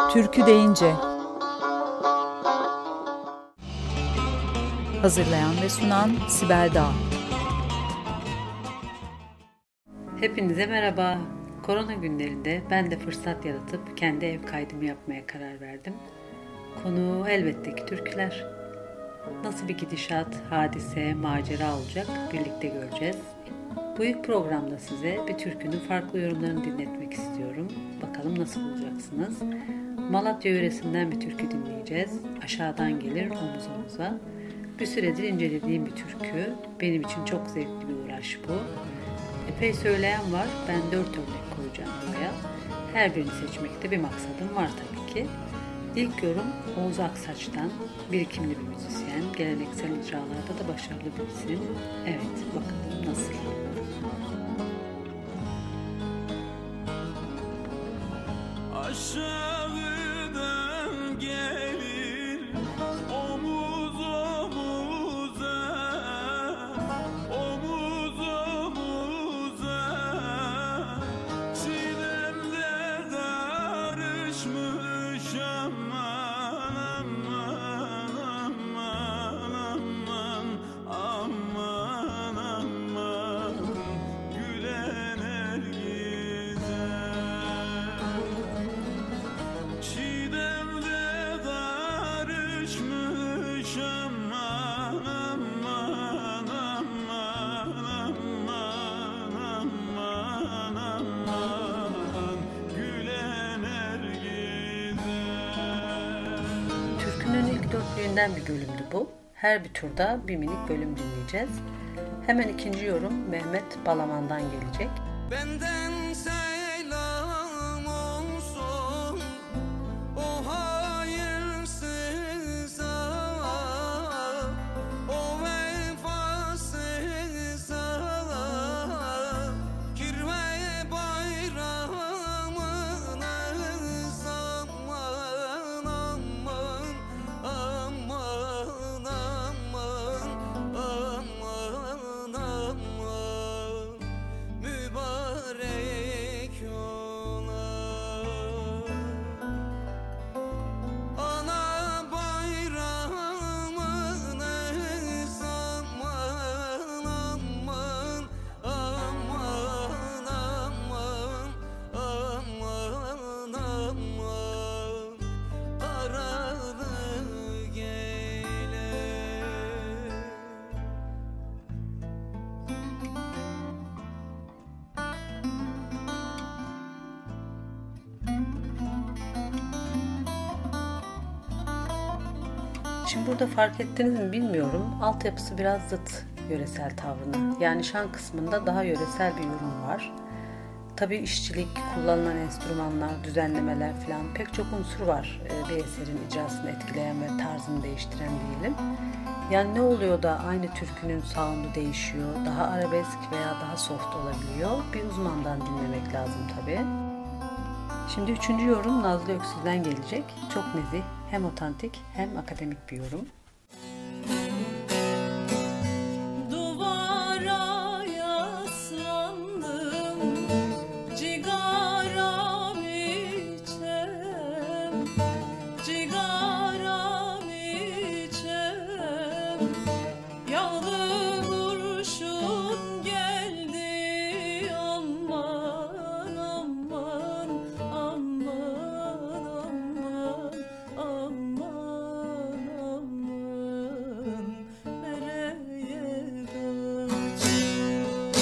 Türkü deyince. Hazırlayan ve sunan Sibel Dağ. Hepinize merhaba. Korona günlerinde ben de fırsat yaratıp kendi ev kaydımı yapmaya karar verdim. Konu elbette ki türküler. Nasıl bir gidişat, hadise, macera olacak birlikte göreceğiz. Bu ilk programda size bir türkünün farklı yorumlarını dinletmek istiyorum. Bakalım nasıl bulacaksınız? Malatya yöresinden bir türkü dinleyeceğiz. Aşağıdan gelir omuz omuza. Bir süredir incelediğim bir türkü. Benim için çok zevkli bir uğraş bu. Epey söyleyen var. Ben 4 örnek koyacağım buraya. Her birini seçmekte bir maksadım var tabii ki. İlk yorum Oğuz Aksaç'tan, birikimli bir müzisyen, geleneksel icralarda da başarılı bir isim. Evet, bakalım nasıl? Aşağıdan gelir omuz omuza, omuz omuza, çilemde karışmış aman aman aman aman aman aman, gülen her çiğdemde karışmış aman aman aman aman aman aman, gülen her Türkünün ilk dörtlüğünden bir bölümdü bu. Her bir turda bir minik bölüm dinleyeceğiz. Hemen ikinci yorum Mehmet Balaman'dan gelecek. benden selam olsun o hayırsıza, o vefasıza, kirve bayramına zaman aman aman aman aman aman, mübarek ola. Ana bayramını zaman aman aman aman aman aman, aralı gele. Şimdi burada fark ettiniz mi bilmiyorum. Altyapısı biraz zıt yöresel tavrına. Yani şan kısmında daha yöresel bir yorum var. Tabii işçilik, kullanılan enstrümanlar, düzenlemeler falan pek çok unsur var bir eserin icrasını etkileyen ve tarzını değiştiren diyelim. Yani ne oluyor da aynı türkünün sound'u değişiyor, daha arabesk veya daha soft olabiliyor? Bir uzmandan dinlemek lazım tabii. Şimdi üçüncü yorum Nazlı Öksüz'den gelecek. Çok nezih, hem otantik hem akademik bir yorum. Duvara yaslandım, cigaram içem, cigaram içem, yağlı kurşun geldi aman aman aman aman aman aman, nereye kaçayım?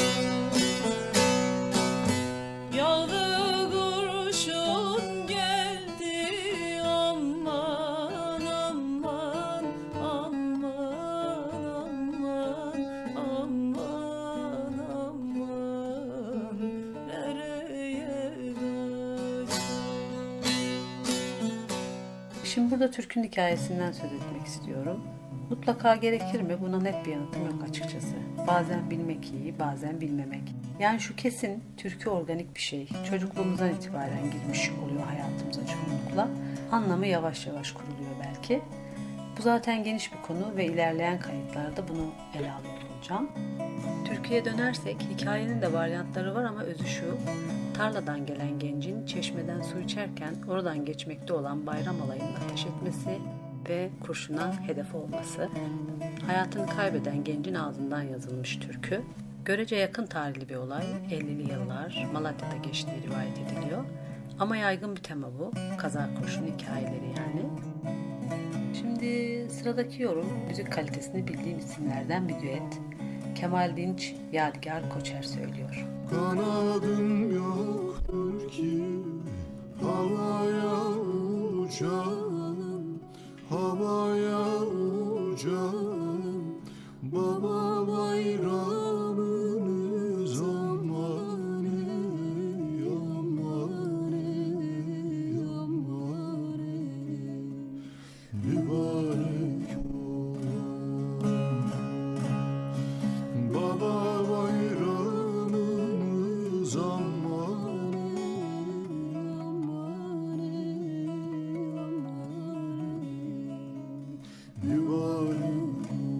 Yağlı kurşun geldi aman aman aman aman aman aman, nereye kaçayım? Şimdi burada türkünün hikayesinden söz etmek istiyorum. Mutlaka gerekir mi? Buna net bir yanıtım yok açıkçası. Bazen bilmek iyi, bazen bilmemek. Yani şu kesin, türkü organik bir şey. Çocukluğumuzdan itibaren girmiş oluyor hayatımıza çoğunlukla. Anlamı yavaş yavaş kuruluyor belki. Bu zaten geniş bir konu ve ilerleyen kayıtlarda bunu ele alıyor olacağım. Türkiye'ye dönersek hikayenin de varyantları var ama özü şu: tarladan gelen gencin çeşmeden su içerken oradan geçmekte olan bayram alayının ateş etmesi ve kurşuna hedef olması. Hayatını kaybeden gencin ağzından yazılmış türkü. Görece yakın tarihli bir olay, 50'li yıllar Malatya'da geçtiği rivayet ediliyor. Ama yaygın bir tema bu, kaza kurşun hikayeleri yani. Şimdi sıradaki yorum müzik kalitesini bildiğim isimlerden bir düet. Kemal Dinç, Yadigar Koçer söylüyor. Kanadım yoktur ki havaya uçalım, havaya uçalım. Baba bayramınız aman ey, aman ey, aman ey. Mübarek Baba bayramımız aman mübarek.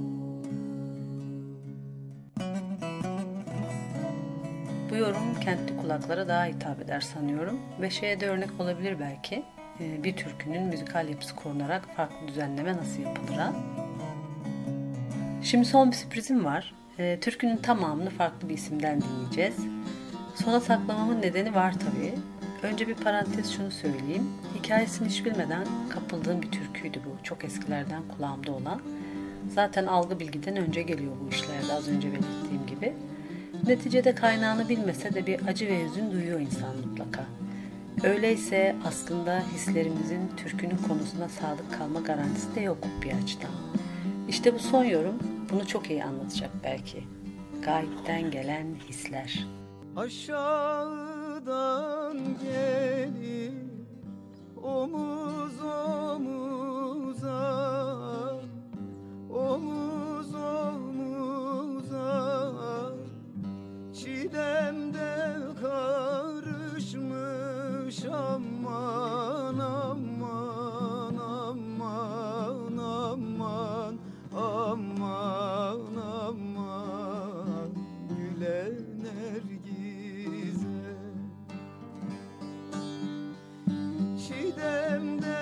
Bu yorum kentli kulaklara daha hitap eder sanıyorum ve şeye de örnek olabilir belki. Bir türkünün müzikal yapısı korunarak farklı düzenleme nasıl yapılır? Şimdi son bir sürprizim var. Türkünün tamamını farklı bir isimden dinleyeceğiz. Sona saklamamın nedeni var tabii. Önce bir parantez şunu söyleyeyim. Hikayesini hiç bilmeden kapıldığım bir türküydü bu. Çok eskilerden kulağımda olan. Zaten algı bilgiden önce geliyor bu işlerde, az önce belirttiğim gibi. Neticede kaynağını bilmese de bir acı ve hüzün duyuyor insan mutlaka. Öyleyse aslında hislerimizin türkünün konusuna sadık kalma garantisi de yok bir açıdan. İşte bu son yorum bunu çok iyi anlatacak belki. Gayipten gelen hisler. Aşağıdan gelir omuz omuza, omuz omuza, çilemde karışmış aman aman aman aman aman aman gülen Nergize. Çiğdemde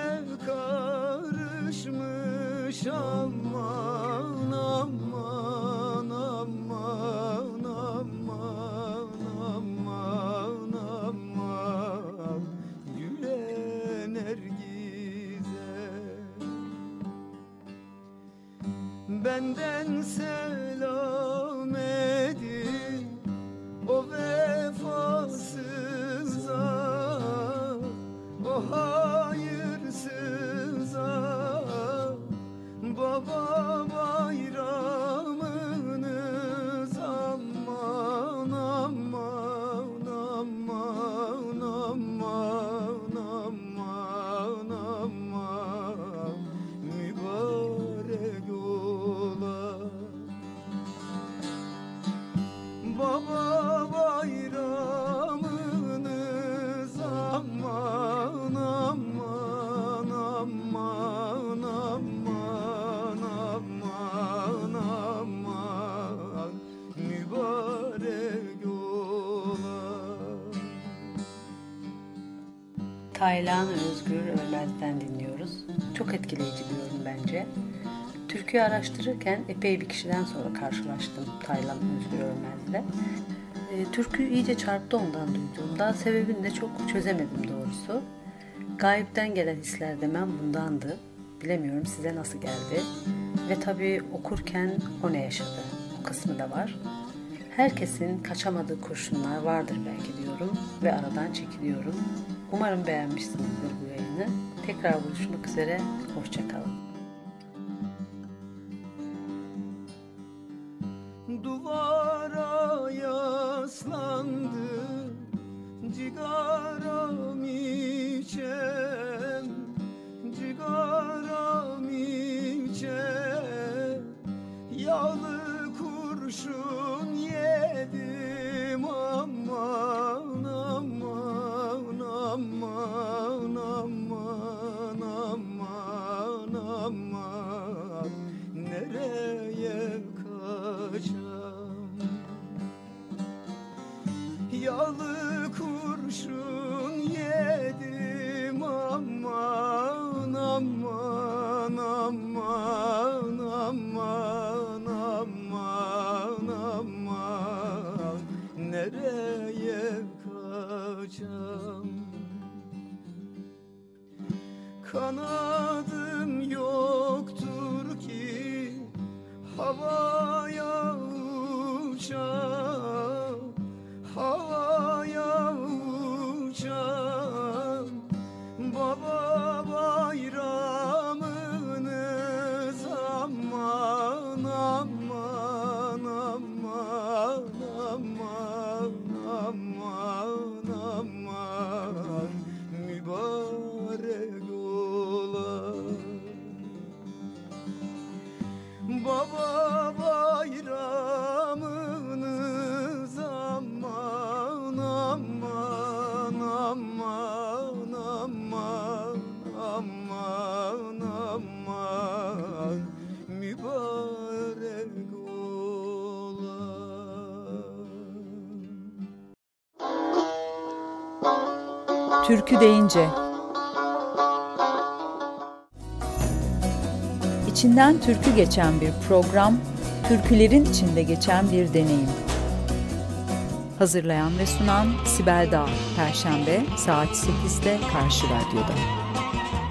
karışmış aman aman aman aman aman aman gülen Nergize. Benden selam edin o vefasıza, o hayırsıza. Baba bayramınız aman aman aman aman aman aman mübarek ola. Baba bayramınız aman aman aman aman aman aman mübarek ola. Taylan Özgür Ölmez'den dinliyoruz. Çok etkileyici bir yorum bence. Türküyü araştırırken epey bir kişiden sonra karşılaştım Taylan Özgür Ölmez'le. Türkü iyice çarptı ondan duyduğumda. Sebebini de çok çözemedim doğrusu. Gayipten gelen hisler demem bundandı. Bilemiyorum size nasıl geldi. Ve tabii okurken o ne yaşadı? O kısmı da var. Herkesin kaçamadığı kurşunlar vardır belki diyorum ve aradan çekiliyorum. Umarım beğenmişsinizdir bu yayını. Tekrar buluşmak üzere. Hoşça kalın. Duvara yaslandı cigaram içem, cigaram içem. Yağlı kurşun yedim aman aman aman aman aman aman Kanadım yoktur ki havaya uçam, havaya uçam. Baba bayramınız aman aman aman aman aman aman mübarek ola. Baba bayramınız aman aman aman aman aman aman mübarek ola. Türkü deyince İçinden türkü geçen bir program, türkülerin içinde geçen bir deneyim. Hazırlayan ve sunan Sibel Dağ. Perşembe saat 8'de Karşı Radyo'da.